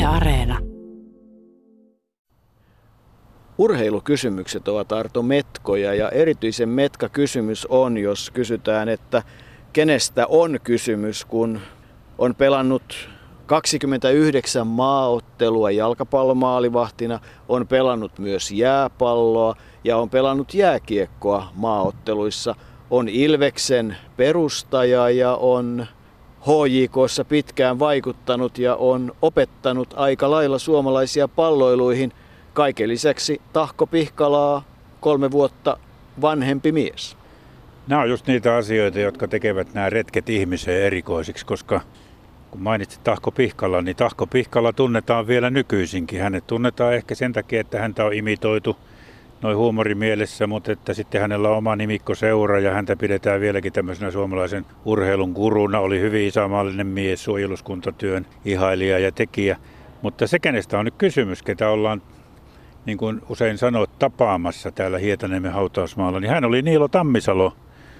Areena. Urheilukysymykset ovat Arto metkoja ja erityisen metka kysymys on, jos kysytään, että kenestä on kysymys, kun on pelannut 29 maaottelua jalkapallomaalivahtina, on pelannut myös jääpalloa ja on pelannut jääkiekkoa maaotteluissa. On Ilveksen perustaja ja on HJK:ssa pitkään vaikuttanut ja on opettanut aika lailla suomalaisia palloiluihin. Kaiken lisäksi Tahko Pihkalaa 3 vuotta vanhempi mies. Nämä on just niitä asioita, jotka tekevät nämä retket ihmiseen erikoisiksi, koska kun mainitsit Tahko Pihkala, niin Tahko Pihkala tunnetaan vielä nykyisinkin. Hänet tunnetaan ehkä sen takia, että häntä on imitoitu noin huumorimielessä, mutta että sitten hänellä on oma nimikkoseura ja häntä pidetään vieläkin tämmöisenä suomalaisen urheilun guruna. Oli hyvin isänmaallinen mies, suojeluskuntatyön ihailija ja tekijä. Mutta se, kenestä on nyt kysymys, ketä ollaan, niin kuin usein sanot, tapaamassa täällä Hietaniemen hautausmaalla, niin hän oli Niilo Tammisalo.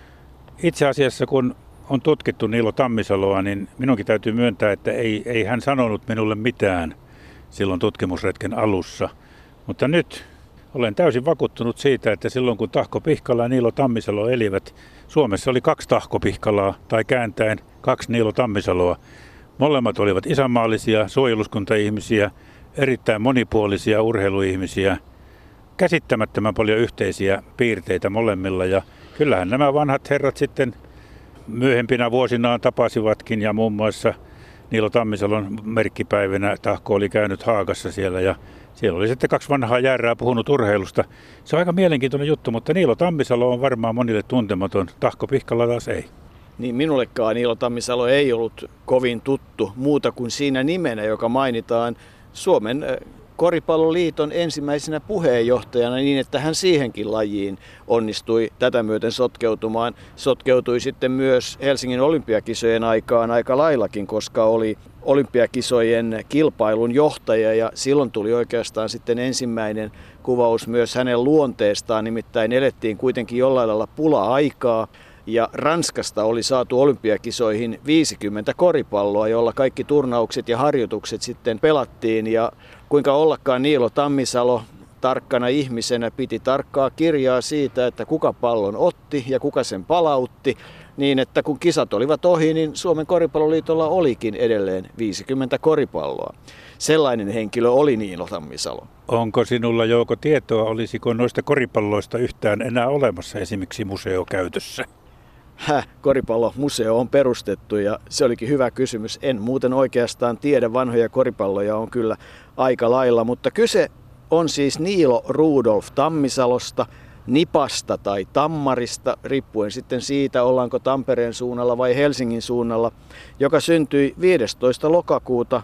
Itse asiassa, kun on tutkittu Niilo Tammisaloa, niin minunkin täytyy myöntää, että ei hän sanonut minulle mitään silloin tutkimusretken alussa. Mutta nyt olen täysin vakuuttunut siitä, että silloin kun Tahko Pihkala ja Niilo Tammisalo elivät, Suomessa oli 2 Tahko Pihkalaa tai kääntäen 2 Niilo Tammisaloa. Molemmat olivat isänmaallisia, suojeluskuntaihmisiä, erittäin monipuolisia urheiluihmisiä, käsittämättömän paljon yhteisiä piirteitä molemmilla. Ja kyllähän nämä vanhat herrat sitten myöhempinä vuosinaan tapasivatkin ja muun muassa Niilo Tammisalon merkkipäivinä Tahko oli käynyt Haagassa siellä ja siellä oli sitten 2 vanhaa jäärää puhunut urheilusta. Se on aika mielenkiintoinen juttu, mutta Niilo Tammisalo on varmaan monille tuntematon. Tahko Pihkala taas ei. Niin minullekaan Niilo Tammisalo ei ollut kovin tuttu muuta kuin siinä nimenä, joka mainitaan Suomen Koripalloliiton ensimmäisenä puheenjohtajana niin, että hän siihenkin lajiin onnistui tätä myöten sotkeutumaan. Sotkeutui sitten myös Helsingin olympiakisojen aikaan aika laillakin, koska oli olympiakisojen kilpailun johtaja ja silloin tuli oikeastaan sitten ensimmäinen kuvaus myös hänen luonteestaan, nimittäin elettiin kuitenkin jollain lailla pula-aikaa. Ja Ranskasta oli saatu olympiakisoihin 50 koripalloa, jolla kaikki turnaukset ja harjoitukset sitten pelattiin. Ja kuinka ollakaan Niilo Tammisalo tarkkana ihmisenä piti tarkkaa kirjaa siitä, että kuka pallon otti ja kuka sen palautti. Niin, että kun kisat olivat ohi, niin Suomen Koripalloliitolla olikin edelleen 50 koripalloa. Sellainen henkilö oli Niilo Tammisalo. Onko sinulla, Jouko, tietoa, olisiko noista koripalloista yhtään enää olemassa esimerkiksi museokäytössä? Koripallomuseo on perustettu ja se olikin hyvä kysymys. En muuten oikeastaan tiedä, vanhoja koripalloja on kyllä aika lailla, mutta kyse on siis Niilo Rudolf Tammisalosta, Nipasta tai Tammarista, riippuen sitten siitä, ollaanko Tampereen suunnalla vai Helsingin suunnalla, joka syntyi 15. lokakuuta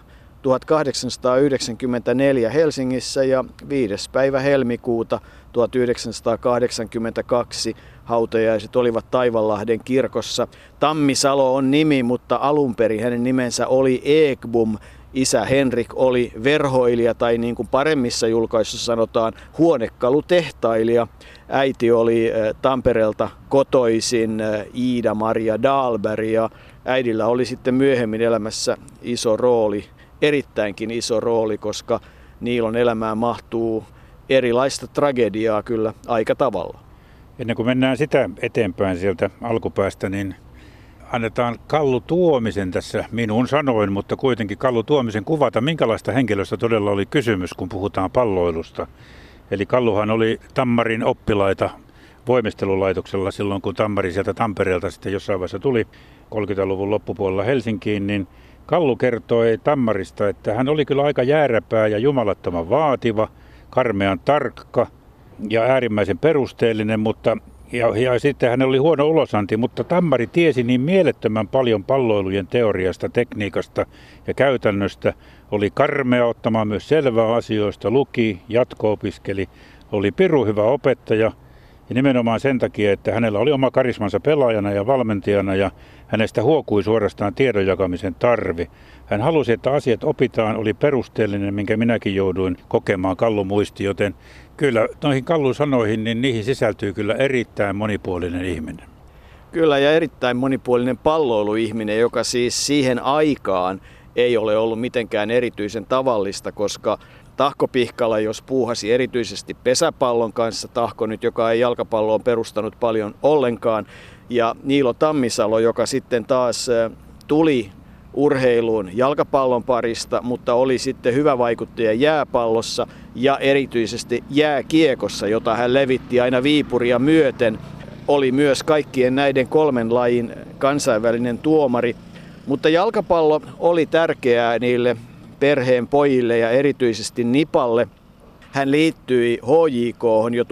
1894 Helsingissä ja 5. päivä helmikuuta 1982 hautajaiset olivat Taivanlahden kirkossa. Tammisalo on nimi, mutta alun perin hänen nimensä oli Ekbom. Isä Henrik oli verhoilija tai niin kuin paremmissa julkaisuissa sanotaan huonekalutehtailija. Äiti oli Tampereelta kotoisin Iida-Maria Dahlberg ja äidillä oli sitten myöhemmin elämässä iso rooli, erittäinkin iso rooli, koska Niilon elämään mahtuu erilaista tragediaa kyllä aika tavalla. Ennen kuin mennään sitä eteenpäin sieltä alkupäästä, niin annetaan Kallu Tuomisen tässä minun sanoin, mutta kuitenkin Kallu Tuomisen kuvata, minkälaista henkilöstä todella oli kysymys, kun puhutaan palloilusta. Eli Kalluhan oli Tammarin oppilaita voimistelulaitoksella silloin, kun Tammari sieltä Tampereelta sitten jossain vaiheessa tuli 30-luvun loppupuolella Helsinkiin, niin Kallu kertoi Tammarista, että hän oli kyllä aika jääräpää ja jumalattoman vaativa, karmean tarkka ja äärimmäisen perusteellinen, mutta ja sitten hänellä oli huono ulosanti, mutta Tammari tiesi niin mielettömän paljon palloilujen teoriasta, tekniikasta ja käytännöstä. Oli karmea ottamaan myös selvää asioista, luki, jatko-opiskeli, oli pirun hyvä opettaja ja nimenomaan sen takia, että hänellä oli oma karismansa pelaajana ja valmentajana ja hänestä huokui suorastaan tiedon jakamisen tarve. Hän halusi, että asiat opitaan, oli perusteellinen, minkä minäkin jouduin kokemaan Kallun muisti, joten kyllä noihin Kallun sanoihin, niin niihin sisältyy kyllä erittäin monipuolinen ihminen. Kyllä ja erittäin monipuolinen palloiluihminen, joka siis siihen aikaan ei ole ollut mitenkään erityisen tavallista, koska Tahko Pihkala, jos puuhasi erityisesti pesäpallon kanssa, Tahko nyt, joka ei jalkapalloon perustanut paljon ollenkaan, ja Niilo Tammisalo, joka sitten taas tuli urheiluun jalkapallon parista, mutta oli sitten hyvä vaikuttaja jääpallossa ja erityisesti jääkiekossa, jota hän levitti aina Viipuria myöten. Oli myös kaikkien näiden kolmen lajin kansainvälinen tuomari, mutta jalkapallo oli tärkeää niille perheen pojille ja erityisesti Nipalle. Hän liittyi HJK:hon jo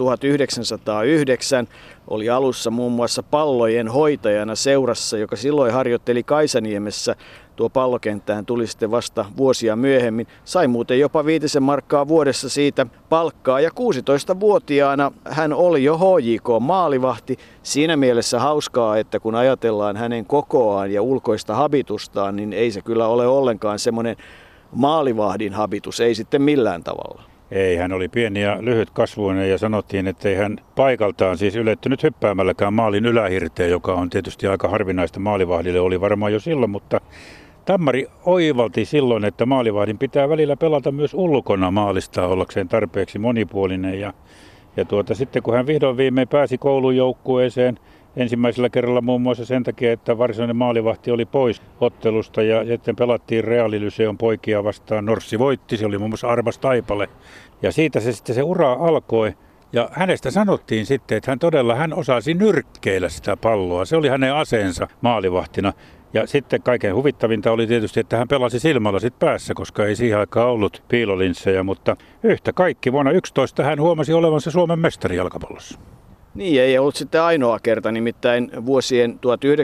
1909, oli alussa muun muassa pallojen hoitajana seurassa, joka silloin harjoitteli Kaisaniemessä. Tuo pallokenttään tuli sitten vasta vuosia myöhemmin. Sai muuten jopa 5 markkaa vuodessa siitä palkkaa ja 16-vuotiaana hän oli jo HJK-maalivahti. Siinä mielessä hauskaa, että kun ajatellaan hänen kokoaan ja ulkoista habitustaan, niin ei se kyllä ole ollenkaan semmoinen maalivahdin habitus, ei sitten millään tavalla. Ei, hän oli pieni ja lyhyt kasvuinen ja sanottiin, että ei hän paikaltaan siis ylettynyt hyppäämälläkään maalin ylähirteen, joka on tietysti aika harvinaista maalivahdille, oli varmaan jo silloin, mutta Tammari oivalti silloin, että maalivahdin pitää välillä pelata myös ulkona maalista ollakseen tarpeeksi monipuolinen ja sitten kun hän vihdoin viimein pääsi koulujoukkueeseen ensimmäisellä kerralla muun muassa sen takia, että varsinainen maalivahti oli pois ottelusta ja sitten pelattiin Reali Lyseon poikia vastaan. Norssi voitti, se oli muun muassa Armas Taipale ja siitä se ura alkoi. Ja hänestä sanottiin sitten, että hän osasi nyrkkeillä sitä palloa. Se oli hänen aseensa maalivahtina. Ja sitten kaiken huvittavinta oli tietysti, että hän pelasi silmälasit päässä, koska ei siihen aikaan ollut piilolinssejä. Mutta yhtä kaikki vuonna 2011 hän huomasi olevansa Suomen mestari jalkapallossa. Niin, ei ollut sitten ainoa kerta, nimittäin vuosien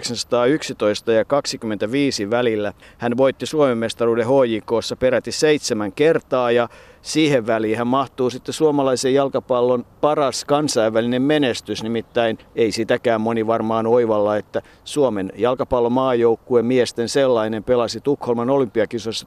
1911 ja 25 välillä hän voitti Suomen mestaruuden HJK:ssa peräti 7 kertaa ja siihen väliin hän mahtuu sitten suomalaisen jalkapallon paras kansainvälinen menestys, nimittäin ei sitäkään moni varmaan oivalla, että Suomen jalkapallomaajoukkueen miesten sellainen pelasi Tukholman olympiakisoissa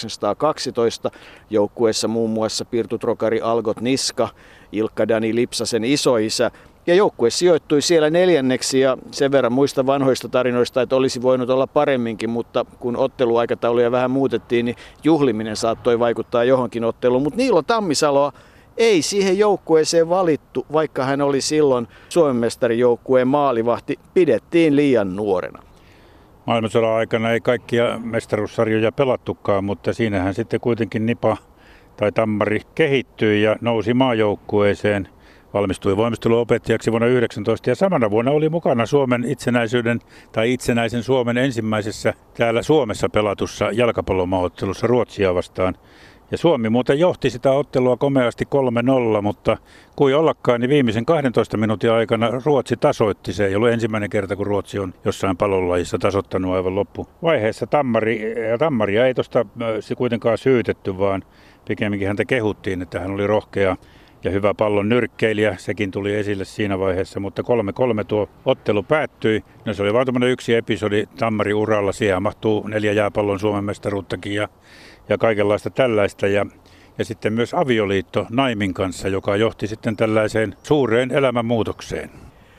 1912, joukkueessa muun muassa Pirtu Trokari Algot Niska, Ilkka Dani Lipsasen isoisä. Ja joukkue sijoittui siellä 4. ja sen verran muista vanhoista tarinoista, että olisi voinut olla paremminkin, mutta kun otteluaikatauluja vähän muutettiin, niin juhliminen saattoi vaikuttaa johonkin otteluun. Mutta Niilo Tammisaloa ei siihen joukkueeseen valittu, vaikka hän oli silloin Suomen mestarijoukkueen maalivahti, pidettiin liian nuorena. Maailmansodan aikana ei kaikkia mestaruussarjoja pelattukaan, mutta siinähän sitten kuitenkin Nipa tai Tammari kehittyi ja nousi maajoukkueeseen. Valmistui voimisteluopettajaksi vuonna 19 ja samana vuonna oli mukana Suomen itsenäisen Suomen ensimmäisessä täällä Suomessa pelatussa jalkapallomaaottelussa Ruotsia vastaan. Ja Suomi muuten johti sitä ottelua komeasti 3-0, mutta kui ollakaan, niin viimeisen 12 minuutin aikana Ruotsi tasoitti. Se ei ollut ensimmäinen kerta, kun Ruotsi on jossain pallonlajissa tasoittanut aivan loppuvaiheessa. Tammaria ei tuosta kuitenkaan syytetty, vaan pikemminkin häntä kehuttiin, että hän oli rohkea ja hyvä pallon nyrkkeilijä, sekin tuli esille siinä vaiheessa, mutta 3-3 tuo ottelu päättyi. No se oli vain tämmöinen yksi episodi Tammari uralla, siihen mahtuu 4 jääpallon Suomen mestaruuttakin ja kaikenlaista tällaista. Ja sitten myös avioliitto Naimin kanssa, joka johti sitten tällaiseen suureen elämänmuutokseen.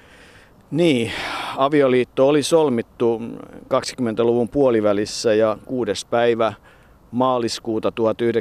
Niin, avioliitto oli solmittu 20-luvun puolivälissä ja 6. päivä maaliskuuta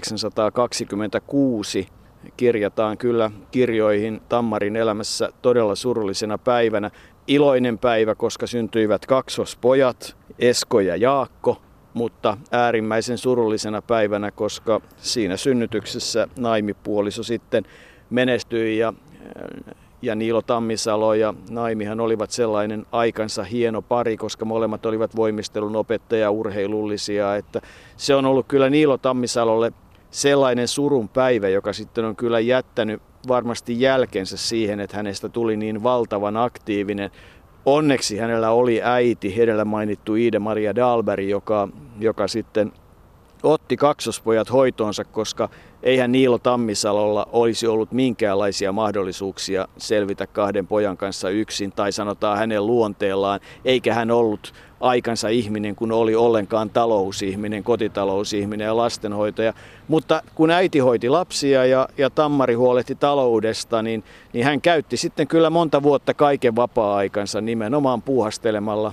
1926 kirjataan kyllä kirjoihin Tammarin elämässä todella surullisena päivänä. Iloinen päivä, koska syntyivät kaksospojat, Esko ja Jaakko, mutta äärimmäisen surullisena päivänä, koska siinä synnytyksessä Naimi-puoliso sitten menestyi ja Niilo Tammisalo ja Naimihan olivat sellainen aikansa hieno pari, koska molemmat olivat voimistelun opettaja urheilullisia, että se on ollut kyllä Niilo Tammisalolle sellainen surun päivä, joka sitten on kyllä jättänyt varmasti jälkensä siihen, että hänestä tuli niin valtavan aktiivinen. Onneksi hänellä oli äiti, edellä mainittu Ida-Maria Dahlberg, joka sitten otti kaksospojat hoitoonsa, koska eihän Niilo Tammisalolla olisi ollut minkäänlaisia mahdollisuuksia selvitä 2 pojan kanssa yksin, tai sanotaan hänen luonteellaan, eikä hän ollut aikansa ihminen, kun oli ollenkaan talousihminen, kotitalousihminen ja lastenhoitaja. Mutta kun äiti hoiti lapsia ja Tammari huolehti taloudesta, niin hän käytti sitten kyllä monta vuotta kaiken vapaa-aikansa nimenomaan puuhastelemalla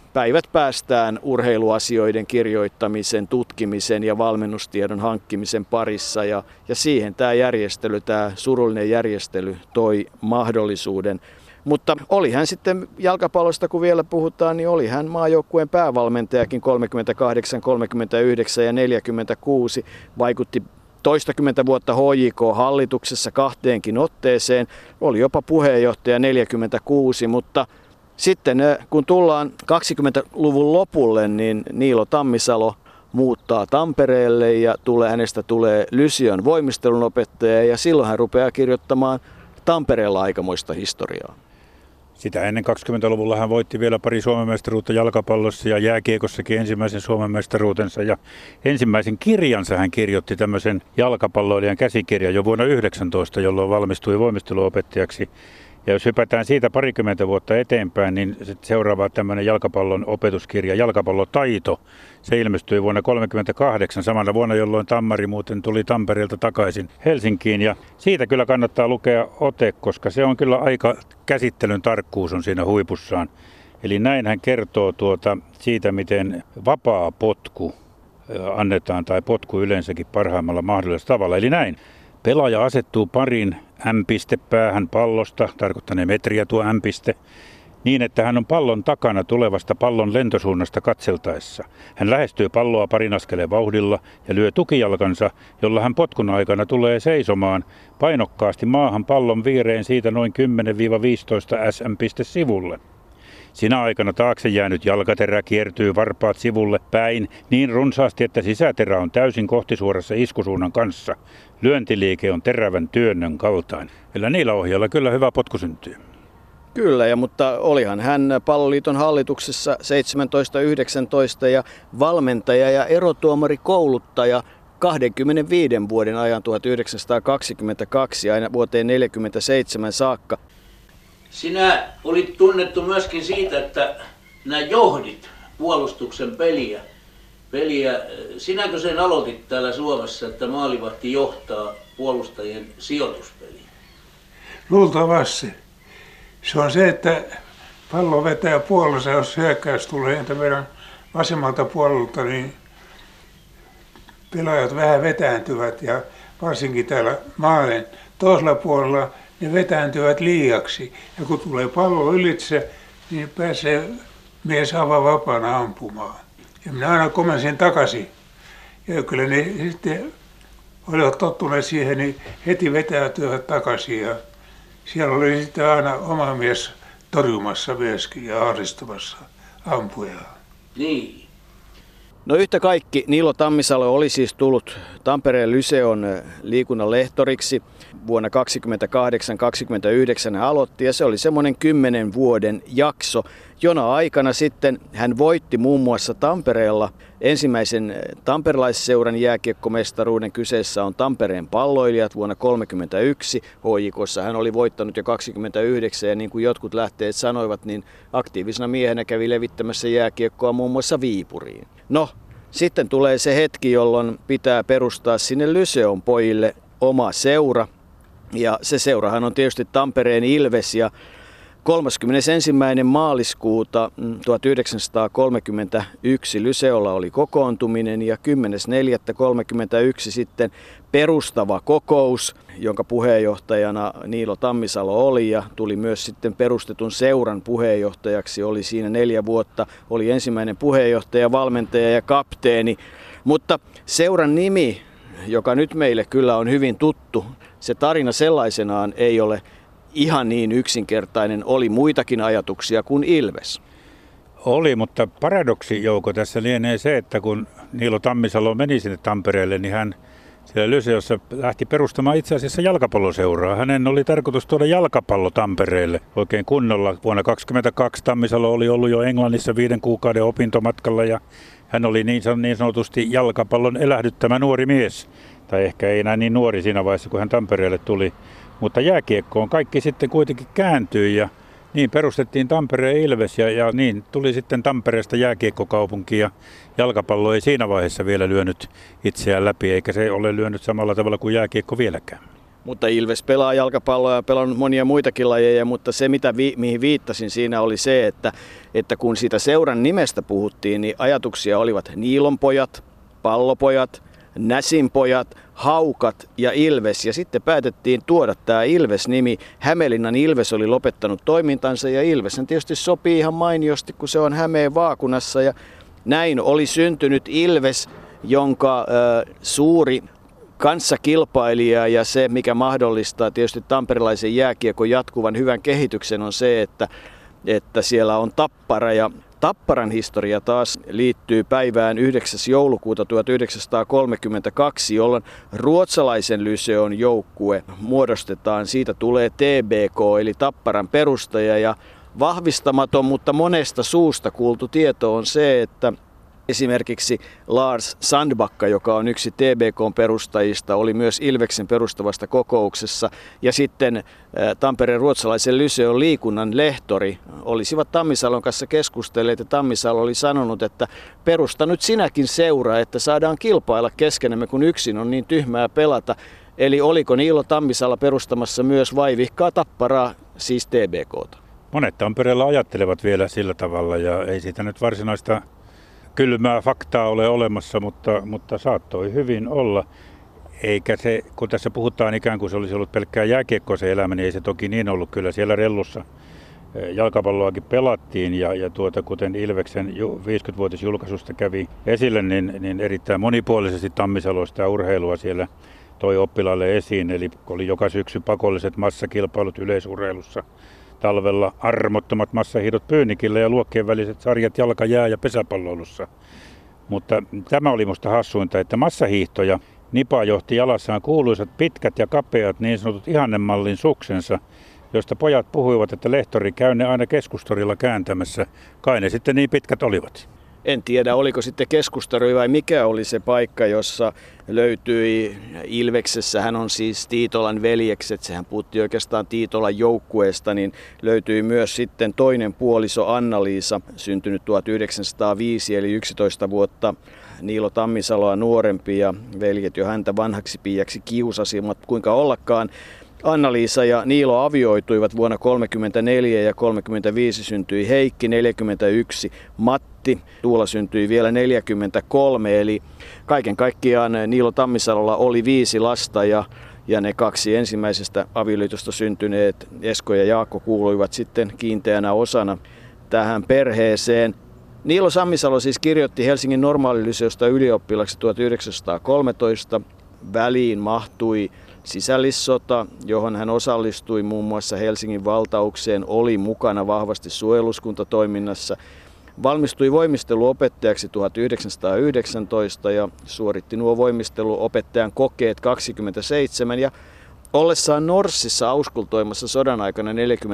päivät päästään urheiluasioiden kirjoittamisen, tutkimisen ja valmennustiedon hankkimisen parissa. Ja siihen tämä järjestely, tämä surullinen järjestely toi mahdollisuuden. Mutta oli hän sitten jalkapallosta, kun vielä puhutaan, niin oli hän maajoukkueen päävalmentajakin 38, 39 ja 46. Vaikutti toistakymmentä vuotta HJK-hallituksessa 2 otteeseen. Oli jopa puheenjohtaja 46, mutta sitten kun tullaan 20-luvun lopulle, niin Niilo Tammisalo muuttaa Tampereelle ja hänestä tulee Lyseon voimistelunopettaja ja silloin hän rupeaa kirjoittamaan Tampereella aikamoista historiaa. Sitä ennen 20-luvulla hän voitti vielä pari Suomen mestaruutta jalkapallossa ja jääkiekossakin ensimmäisen Suomen mestaruutensa. Ja ensimmäisen kirjansa hän kirjoitti tämmöisen jalkapalloilijan käsikirjan jo vuonna 19, jolloin valmistui voimisteluopettajaksi. Ja jos hypätään siitä parikymmentä vuotta eteenpäin, niin seuraava tämmöinen jalkapallon opetuskirja, Jalkapallotaito, se ilmestyi vuonna 1938, samana vuonna, jolloin Tammari muuten tuli Tampereelta takaisin Helsinkiin. Ja siitä kyllä kannattaa lukea ote, koska se on kyllä aika käsittelyn tarkkuus on siinä huipussaan. Eli näin hän kertoo siitä, miten vapaa potku annetaan tai potku yleensäkin parhaimmalla mahdollisella tavalla. Eli näin. Pelaaja asettuu parin M-piste päähän pallosta, tarkoittaneen metriä tuo M-piste, niin että hän on pallon takana tulevasta pallon lentosuunnasta katseltaessa. Hän lähestyy palloa parin askeleen vauhdilla ja lyö tukijalkansa, jolla hän potkun aikana tulee seisomaan painokkaasti maahan pallon viereen siitä noin 10-15 SM-piste sivulle. Sinä aikana taakse jäänyt jalkaterä kiertyy varpaat sivulle päin niin runsaasti, että sisäterä on täysin kohtisuorassa iskusuunnan kanssa. Lyöntiliike on terävän työnnön kaltainen. Eli niillä ohjeilla kyllä hyvä potku syntyy. Kyllä, mutta olihan hän Palloliiton hallituksessa 17-19 ja valmentaja ja erotuomarikouluttaja 25 vuoden ajan 1922 aina vuoteen 1947 saakka. Sinä olit tunnettu myöskin siitä, että sinä johdit puolustuksen peliä. Sinäkö sen aloitit täällä Suomessa, että maalivahti johtaa puolustajien sijoituspeliä? Luultavasti. Se on se, että pallo vetää puolella, jos hyökkäys tulee entä meidän vasemmalta puolelta, niin pelaajat vähän vetääntyvät ja varsinkin täällä maalin toisella puolella ne vetääntyvät liiaksi. Ja kun tulee pallo ylitse, niin pääsee mies aivan vapaana ampumaan. Ja minä aina komensin takaisin. Ja kyllä ne sitten olivat tottuneet siihen, niin heti vetäytyivät takaisin. Ja siellä oli sitten aina oma mies torjumassa myöskin ja ahdistamassa ampujaa. Niin. No yhtä kaikki Niilo Tammisalo oli siis tullut Tampereen Lyseon liikunnan lehtoriksi. Vuonna 1928-1929 hän aloitti ja se oli semmoinen 10 vuoden jakso, jona aikana sitten hän voitti muun muassa Tampereella ensimmäisen tamperelaisseuran jääkiekkomestaruuden. Kyseessä on Tampereen palloilijat vuonna 1931. HJK:ssa hän oli voittanut jo 29 ja niin kuin jotkut lähteet sanoivat, niin aktiivisena miehenä kävi levittämässä jääkiekkoa muun muassa Viipuriin. No, sitten tulee se hetki, jolloin pitää perustaa sinne Lyseon pojille oma seura. Ja se seurahan on tietysti Tampereen Ilves ja 31. maaliskuuta 1931 Lyseolla oli kokoontuminen ja 10.4.31 sitten perustava kokous, jonka puheenjohtajana Niilo Tammisalo oli ja tuli myös sitten perustetun seuran puheenjohtajaksi. Oli siinä 4 vuotta, oli ensimmäinen puheenjohtaja, valmentaja ja kapteeni, mutta seuran nimi, joka nyt meille kyllä on hyvin tuttu, se tarina sellaisenaan ei ole ihan niin yksinkertainen, oli muitakin ajatuksia kuin Ilves. Oli, mutta paradoksi Jouko tässä lienee se, että kun Niilo Tammisalo meni sinne Tampereelle, niin hän siellä Lyseossa lähti perustamaan itse asiassa jalkapalloseuraa. Hänen oli tarkoitus tuoda jalkapallo Tampereelle oikein kunnolla. Vuonna 1922 Tammisalo oli ollut jo Englannissa 5 kuukauden opintomatkalla ja hän oli niin sanotusti jalkapallon elähdyttämä nuori mies. Tai ehkä ei enää niin nuori siinä vaiheessa, kun hän Tampereelle tuli. Mutta jääkiekkoon kaikki sitten kuitenkin kääntyi ja niin perustettiin Tampereen Ilves ja niin tuli sitten Tampereesta jääkiekkokaupunki ja jalkapallo ei siinä vaiheessa vielä lyönyt itseään läpi eikä se ole lyönyt samalla tavalla kuin jääkiekko vieläkään. Mutta Ilves pelaa jalkapalloa ja pelannut monia muitakin lajeja, mutta se mihin viittasin siinä oli se, että kun siitä seuran nimestä puhuttiin, niin ajatuksia olivat Niilonpojat, Pallopojat, Näsinpojat, Haukat ja Ilves. Ja sitten päätettiin tuoda tämä Ilves-nimi. Hämeenlinnan Ilves oli lopettanut toimintansa ja Ilveshän tietysti sopii ihan mainiosti, kun se on Hämeen vaakunassa. Ja näin oli syntynyt Ilves, jonka suuri kanssakilpailija ja se, mikä mahdollistaa tietysti tamperilaisen jääkiekon jatkuvan hyvän kehityksen, on se, että siellä on Tappara. Ja Tapparan historia taas liittyy päivään 9. joulukuuta 1932, jolloin ruotsalaisen Lyseon joukkue muodostetaan. Siitä tulee TBK eli Tapparan perustaja, ja vahvistamaton, mutta monesta suusta kuultu tieto on se, että esimerkiksi Lars Sandbacka, joka on yksi TBK:n perustajista, oli myös Ilveksen perustavasta kokouksessa. Ja sitten Tampereen ruotsalaisen Lyseon liikunnan lehtori olisivat Tammisalon kanssa keskustelleet, ja Tammisalo oli sanonut, että perusta nyt sinäkin seuraa, että saadaan kilpailla keskenämme, kun yksin on niin tyhmää pelata. Eli oliko Niilo Tammisalo perustamassa myös vaivihkaa Tapparaa, siis TBK:ta? Monet Tampereella ajattelevat vielä sillä tavalla, ja ei siitä nyt varsinaista kylmää faktaa ole olemassa, mutta saattoi hyvin olla. Eikä se, kun tässä puhutaan ikään kuin se olisi ollut pelkkää jääkiekkoa se elämä, niin ei se toki niin ollut. Kyllä siellä Rellussa jalkapalloakin pelattiin ja kuten Ilveksen 50-vuotisjulkaisusta kävi esille, niin erittäin monipuolisesti Tammisalo sitä urheilua siellä toi oppilaille esiin. Eli oli joka syksy pakolliset massakilpailut yleisurheilussa. Talvella armottomat massahiidot Pyynikillä ja luokkien väliset sarjat jalka-, jää- ja pesäpalloilussa. Mutta tämä oli musta hassuinta, että massahiihtoja Nipa johti jalassaan kuuluisat pitkät ja kapeat niin sanotut ihannemallin suksensa, josta pojat puhuivat, että lehtori käy ne aina keskustorilla kääntämässä. Kai ne sitten niin pitkät olivat. En tiedä, oliko sitten Keskustori vai mikä oli se paikka, jossa löytyi Ilveksessä, hän on siis Tiitolan veljekset, sehän puhuttiin oikeastaan Tiitolan joukkueesta, niin löytyi myös sitten toinen puoliso Anna-Liisa, syntynyt 1905, eli 11 vuotta Niilo Tammisaloa nuorempi, ja veljet jo häntä vanhaksi piiaksi kiusasivat, kuinka ollakaan. Anna-Liisa ja Niilo avioituivat vuonna 1934 ja 1935 syntyi Heikki, 1941 Matti, Tuula syntyi vielä 1943, eli kaiken kaikkiaan Niilo Tammisalolla oli 5 lasta ja ne 2 ensimmäisestä avioliitosta syntyneet Esko ja Jaakko kuuluivat sitten kiinteänä osana tähän perheeseen. Niilo Tammisalo siis kirjoitti Helsingin Normaalilyseosta ylioppilaksi 1913, väliin mahtui sisällissota, johon hän osallistui muun muassa Helsingin valtaukseen, oli mukana vahvasti suojeluskuntatoiminnassa, valmistui voimisteluopettajaksi 1919 ja suoritti nuo voimisteluopettajan kokeet 27 ja ollessaan Norssissa auskultoimassa sodan aikana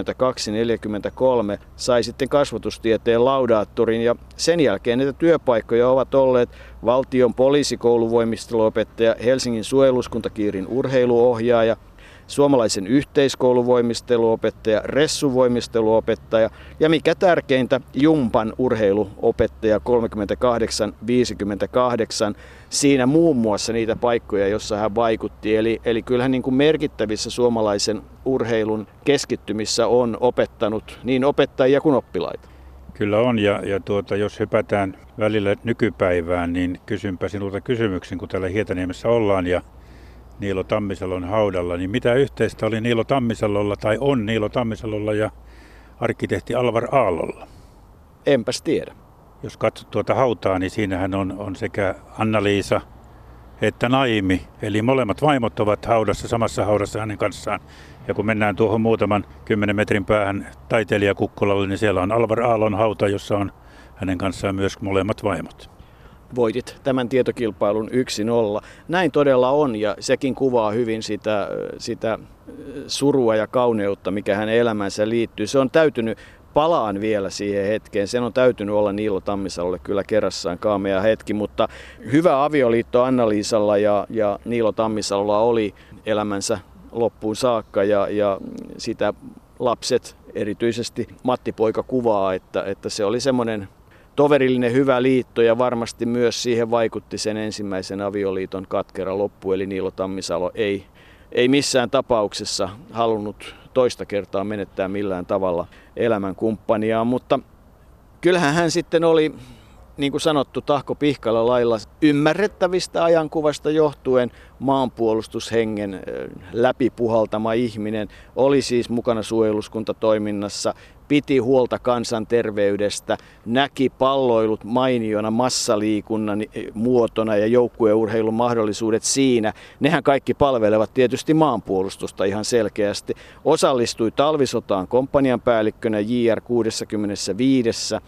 42-43 sai sitten kasvatustieteen laudaattorin ja sen jälkeen näitä työpaikkoja ovat olleet valtion poliisikouluvoimisteluopettaja, Helsingin suojeluskuntakiirin urheiluohjaaja, suomalaisen yhteiskouluvoimisteluopettaja, ressuvoimisteluopettaja ja mikä tärkeintä, Jumpan urheiluopettaja 38-58. Siinä muun muassa niitä paikkoja, joissa hän vaikutti. Eli kyllähän niin kuin merkittävissä suomalaisen urheilun keskittymissä on opettanut niin opettajia kuin oppilaita. Kyllä on, ja jos hypätään välillä nykypäivään, niin kysynpä sinulta kysymyksen, kun täällä Hietaniemessä ollaan ja Niilo Tammisalon haudalla, niin mitä yhteistä oli Niilo Tammisalolla tai on Niilo Tammisalolla ja arkkitehti Alvar Aallolla? Enpäs tiedä. Jos katsot tuota hautaa, niin siinähän on sekä Anna-Liisa että Naimi, eli molemmat vaimot ovat haudassa, samassa haudassa hänen kanssaan. Ja kun mennään tuohon muutaman 10 metrin päähän taiteilijakukkulalle, niin siellä on Alvar Aallon hauta, jossa on hänen kanssaan myös molemmat vaimot. Voitit tämän tietokilpailun 1-0. Näin todella on, ja sekin kuvaa hyvin sitä surua ja kauneutta, mikä hänen elämänsä liittyy. Se on täytynyt, palaan vielä siihen hetkeen, sen on täytynyt olla Niilo Tammisalolle kyllä kerrassaan kaamea hetki, mutta hyvä avioliitto Anna-Liisalla ja Niilo Tammisalolla oli elämänsä loppuun saakka, ja sitä lapset, erityisesti Matti-poika kuvaa, että se oli semmoinen toverillinen hyvä liitto, ja varmasti myös siihen vaikutti sen ensimmäisen avioliiton katkera loppu, eli Niilo Tammisalo ei ei missään tapauksessa halunnut toista kertaa menettää millään tavalla elämänkumppaniaan, mutta kyllähän hän sitten oli, niin kuin sanottu, Tahko Pihkala lailla ymmärrettävistä ajankuvasta johtuen maanpuolustushengen läpipuhaltama ihminen, oli siis mukana suojeluskuntatoiminnassa, piti huolta kansanterveydestä, näki palloilut mainiona massaliikunnan muotona ja joukkueurheilun mahdollisuudet siinä. Nehän kaikki palvelevat tietysti maanpuolustusta ihan selkeästi. Osallistui talvisotaan komppanianpäällikkönä JR 65.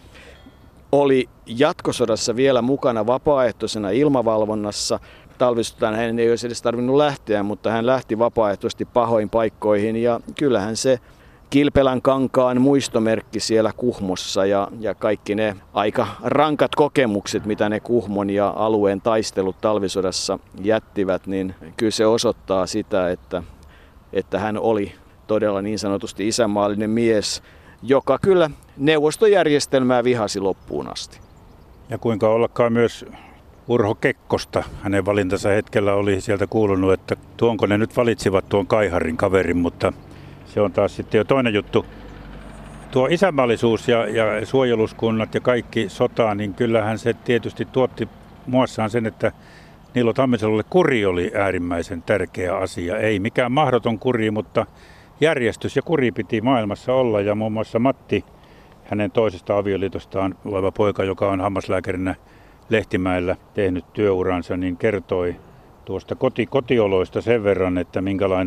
Oli jatkosodassa vielä mukana vapaaehtoisena ilmavalvonnassa. Talvisotaan hän ei olisi edes tarvinnut lähteä, mutta hän lähti vapaaehtoisesti pahoin paikkoihin ja kyllähän se Kilpelän kankaan muistomerkki siellä Kuhmossa ja kaikki ne aika rankat kokemukset, mitä ne Kuhmon ja alueen taistelut talvisodassa jättivät, niin kyllä se osoittaa sitä, että hän oli todella niin sanotusti isänmaallinen mies, joka kyllä neuvostojärjestelmää vihasi loppuun asti. Ja kuinka ollakaan myös Urho Kekkosta. Hänen valintansa hetkellä oli sieltä kuulunut, että tuonko ne nyt valitsivat tuon Kaiharin kaverin, mutta se on taas sitten jo toinen juttu. Tuo isänmaallisuus ja suojeluskunnat ja kaikki sotaan, niin kyllähän se tietysti tuotti muassaan sen, että Niilo Tammisalulle kuri oli äärimmäisen tärkeä asia. Ei mikään mahdoton kuri, mutta järjestys ja kuri piti maailmassa olla. Ja muun muassa Matti, hänen toisesta avioliitostaan oleva poika, joka on hammaslääkärinä Lehtimäellä tehnyt työuransa, niin kertoi tuosta kotioloista sen verran, että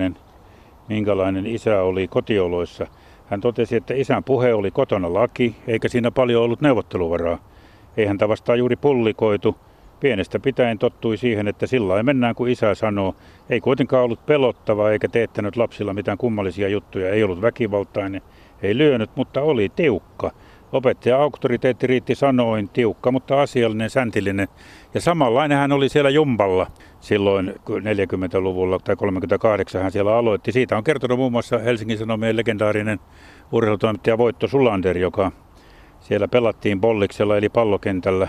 minkälainen isä oli kotioloissa. Hän totesi, että isän puhe oli kotona laki, eikä siinä paljon ollut neuvotteluvaraa. Ei häntä vastaan juuri pullikoitu. Pienestä pitäen tottui siihen, että sillä lailla mennään kuin isä sanoo. Ei kuitenkaan ollut pelottava eikä teettänyt lapsilla mitään kummallisia juttuja. Ei ollut väkivaltainen, ei lyönyt, mutta oli tiukka. Opettaja auktoriteetti riitti sanoin, tiukka, mutta asiallinen, säntillinen. Ja samanlainen hän oli siellä Jumballa silloin 40-luvulla tai 38 hän siellä aloitti. Siitä on kertonut muun muassa Helsingin Sanomien legendaarinen urheilutoimittaja Voitto Sulander, joka siellä pelattiin bolliksella eli pallokentällä,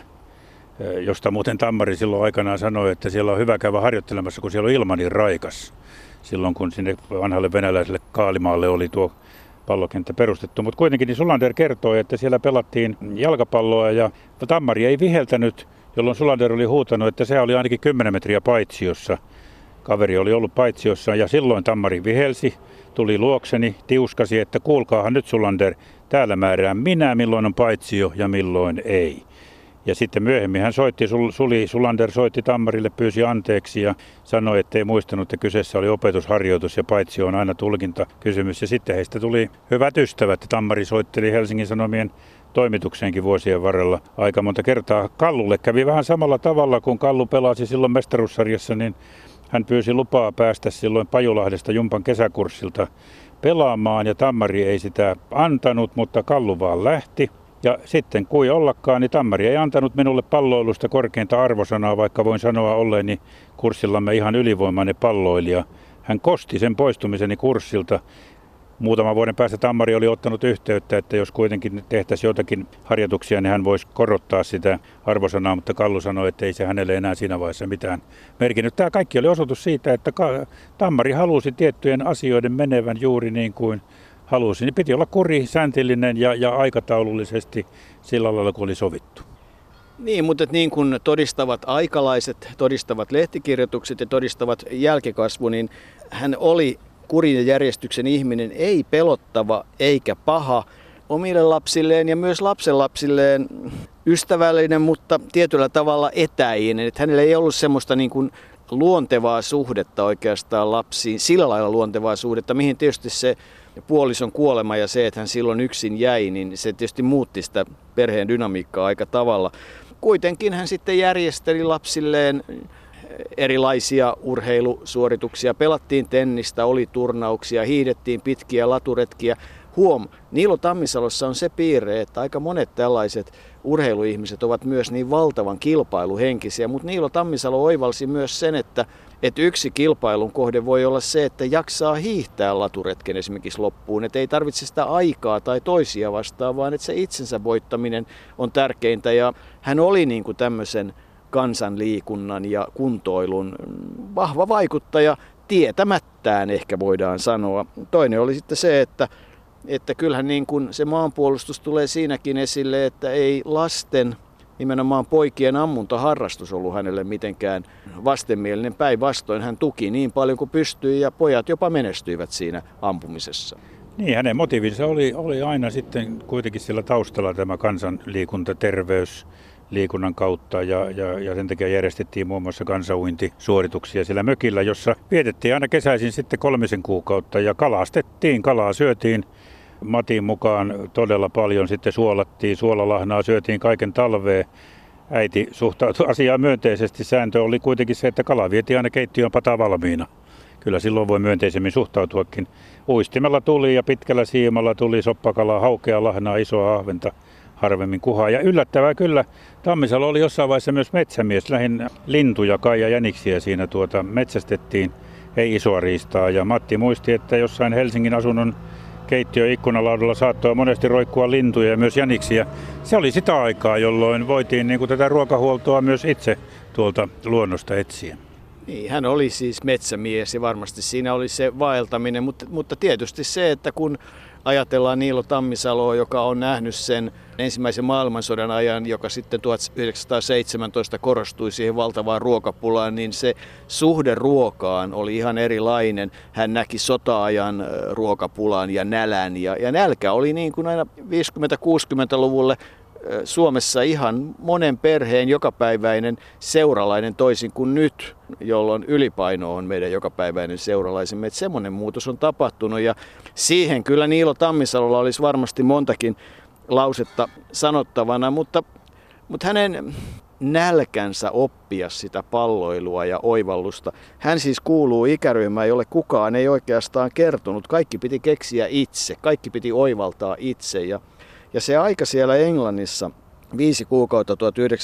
josta muuten Tammari silloin aikanaan sanoi, että siellä on hyvä käydä harjoittelemassa, kun siellä on ilma niin raikas. Silloin kun sinne vanhalle venäläiselle Kaalimaalle oli tuo pallokenttä perustettu, mutta kuitenkin niin Sulander kertoi, että siellä pelattiin jalkapalloa ja Tammari ei viheltänyt, jolloin Sulander oli huutanut, että se oli ainakin 10 metriä paitsiossa. Kaveri oli ollut paitsiossa ja silloin Tammari vihelsi, tuli luokseni, tiuskasi, että kuulkaahan nyt Sulander, täällä määrään minä, milloin on paitsio ja milloin ei. Ja sitten myöhemmin hän soitti, Sulander soitti Tammarille, pyysi anteeksi ja sanoi, ettei muistanut, että kyseessä oli opetusharjoitus ja paitsio on aina tulkintakysymys. Ja sitten heistä tuli hyvät ystävät. Tammari soitteli Helsingin Sanomien toimitukseenkin vuosien varrella aika monta kertaa. Kallulle kävi vähän samalla tavalla, kun Kallu pelasi silloin mestaruussarjassa, niin hän pyysi lupaa päästä silloin Pajulahdesta Jumpan kesäkurssilta pelaamaan ja Tammari ei sitä antanut, mutta Kallu vaan lähti. Ja sitten kui ollakaan, niin Tammari ei antanut minulle palloilusta korkeinta arvosanaa, vaikka voin sanoa olleeni kurssillamme ihan ylivoimainen palloilija. Hän kosti sen poistumiseni kurssilta. Muutaman vuoden päästä Tammari oli ottanut yhteyttä, että jos kuitenkin tehtäisiin jotakin harjoituksia, niin hän voisi korottaa sitä arvosanaa, mutta Kallu sanoi, että ei se hänelle enää siinä vaiheessa mitään merkinnyt. Tämä kaikki oli osoitus siitä, että Tammari halusi tiettyjen asioiden menevän juuri niin kuin halusi. Niin piti olla kuri, säntillinen ja aikataulullisesti sillä lailla, kun oli sovittu. Niin, mutta niin kuin todistavat aikalaiset, todistavat lehtikirjoitukset ja todistavat jälkikasvu, niin hän oli kurin ja järjestyksen ihminen, ei pelottava eikä paha omille lapsilleen ja myös lapsenlapsilleen ystävällinen, mutta tietyllä tavalla etäinen. Että hänellä ei ollut semmoista niin kuin luontevaa suhdetta oikeastaan lapsiin, sillä lailla luontevaa suhdetta, mihin tietysti se puolison kuolema ja se, että hän silloin yksin jäi, niin se tietysti muutti sitä perheen dynamiikkaa aika tavalla. Kuitenkin hän sitten järjesteli lapsilleen erilaisia urheilusuorituksia. Pelattiin tennistä, oli turnauksia, hiihdettiin pitkiä laturetkiä. Niilo Tammisalossa on se piirre, että aika monet tällaiset urheiluihmiset ovat myös niin valtavan kilpailuhenkisiä, mutta Niilo Tammisalo oivalsi myös sen, että yksi kilpailun kohde voi olla se, että jaksaa hiihtää laturetken esimerkiksi loppuun, että ei tarvitse sitä aikaa tai toisia vastaan, vaan että se itsensä voittaminen on tärkeintä ja hän oli niin kuin tämmöisen kansanliikunnan ja kuntoilun vahva vaikuttaja. tietämättään ehkä voidaan sanoa. Toinen oli sitten se, että kyllähän niin kuin se maanpuolustus tulee siinäkin esille, että ei lasten, nimenomaan poikien ammuntaharrastus ollut hänelle mitenkään vastenmielinen. Päinvastoin hän tuki niin paljon kuin pystyi ja pojat jopa menestyivät siinä ampumisessa. Niin, hänen motiivinsa oli aina sitten kuitenkin sillä taustalla tämä kansanliikunta, terveys liikunnan kautta ja sen takia järjestettiin muun muassa kansauintisuorituksia siellä mökillä, jossa vietettiin aina kesäisin sitten 3 kuukautta ja kalastettiin, kalaa syötiin Matin mukaan todella paljon, sitten suolattiin, suolalahnaa syötiin kaiken talveen. Äiti suhtautui asiaan myönteisesti, sääntö oli kuitenkin se, että kala vietiin aina keittiön pata valmiina. Kyllä silloin voi myönteisemmin suhtautuakin. Uistimella tuli ja pitkällä siimalla tuli soppakalaa, haukea, lahnaa, isoa ahventa, harvemmin kuhaa. Ja yllättävää kyllä, Tammisalo oli jossain vaiheessa myös metsämies. Lähin lintuja, kai ja jäniksiä siinä metsästettiin, ei isoa riistaa. Ja Matti muisti, että jossain Helsingin asunnon keittiön ikkunalaudalla saattoi monesti roikkua lintuja ja myös jäniksiä. Se oli sitä aikaa, jolloin voitiin tätä ruokahuoltoa myös itse tuolta luonnosta etsiä. Niin, hän oli siis metsämies ja varmasti siinä oli se vaeltaminen, mutta tietysti se, että kun ajatellaan Niilo Tammisaloa, joka on nähnyt sen ensimmäisen maailmansodan ajan, joka sitten 1917 korostui siihen valtavaan ruokapulaan, niin se suhde ruokaan oli ihan erilainen. Hän näki sota-ajan ruokapulan ja nälän ja nälkä oli niin kuin aina 50-60-luvulle Suomessa ihan monen perheen jokapäiväinen seuralainen toisin kuin nyt, jolloin ylipaino on meidän jokapäiväinen seuralaisemme. Että semmoinen muutos on tapahtunut ja siihen kyllä Niilo Tammisalolla olisi varmasti montakin lausetta sanottavana, mutta hänen nälkänsä oppia sitä palloilua ja oivallusta. Hän siis kuuluu ikäryhmään, jolle kukaan ei oikeastaan kertonut. Kaikki piti keksiä itse, kaikki piti oivaltaa itse ja se aika siellä Englannissa, 5 kuukautta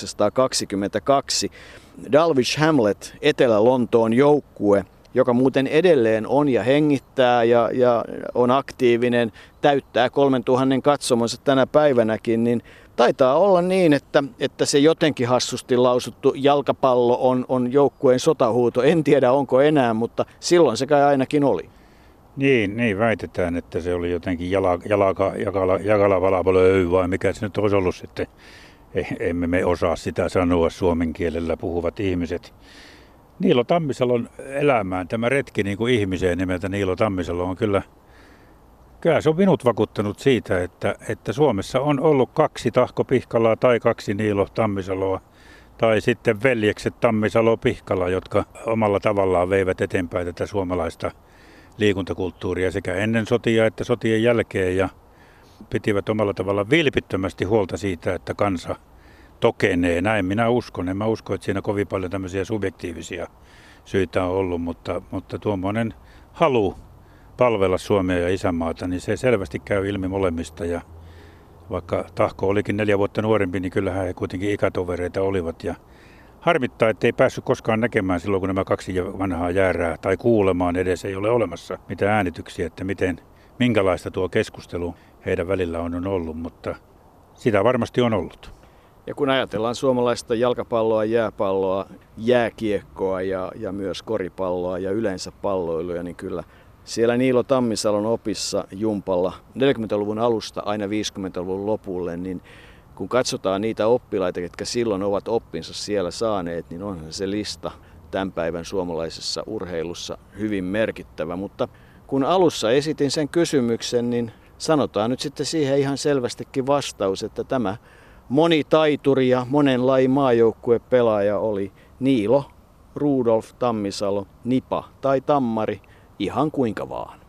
1922, Dulwich Hamlet, Etelä-Lontoon joukkue, joka muuten edelleen on ja hengittää ja on aktiivinen, täyttää 3000 katsomonsa tänä päivänäkin, niin taitaa olla niin, että se jotenkin hassusti lausuttu jalkapallo on joukkueen sotahuuto. En tiedä onko enää, mutta silloin se kai ainakin oli. Niin väitetään, että se oli jotenkin jakalavalapalöy vai mikä se nyt olisi ollut sitten. Emme me osaa sitä sanoa suomen kielellä puhuvat ihmiset. Niilo Tammisalon elämään, tämä retki niin kuin ihmiseen nimeltä Niilo Tammisalo on kyllä se on minut vakuuttanut siitä, että Suomessa on ollut 2 Tahko Pihkalaa tai 2 Niilo Tammisaloa. Tai sitten veljekset Tammisalo-Pihkala, jotka omalla tavallaan veivät eteenpäin tätä suomalaista liikuntakulttuuria sekä ennen sotia että sotien jälkeen ja pitivät omalla tavalla vilpittömästi huolta siitä, että kansa tokenee. Näin minä uskon. En mä usko, että siinä kovin paljon tämmöisiä subjektiivisia syitä on ollut, mutta tuommoinen halu palvella Suomea ja isänmaata, niin se selvästi käy ilmi molemmista. Ja vaikka Tahko olikin 4 vuotta nuorempi, niin kyllähän he kuitenkin ikätovereita olivat. Ja harmittaa, ettei päässyt koskaan näkemään silloin, kun nämä 2 vanhaa jäärää, tai kuulemaan edes ei ole olemassa mitään äänityksiä, että minkälaista tuo keskustelu heidän välillä on ollut, mutta sitä varmasti on ollut. Ja kun ajatellaan suomalaista jalkapalloa, jääpalloa, jääkiekkoa ja myös koripalloa ja yleensä palloiluja, niin kyllä siellä Niilo Tammisalon opissa Jumpalla 40-luvun alusta aina 50-luvun lopulle, niin kun katsotaan niitä oppilaita, jotka silloin ovat oppinsa siellä saaneet, niin onhan se lista tämän päivän suomalaisessa urheilussa hyvin merkittävä. Mutta kun alussa esitin sen kysymyksen, niin sanotaan nyt sitten siihen ihan selvästikin vastaus, että tämä monitaituri ja monen lajin maajoukkuepelaaja oli Niilo Rudolf Tammisalo, Nipa tai Tammari, ihan kuinka vaan.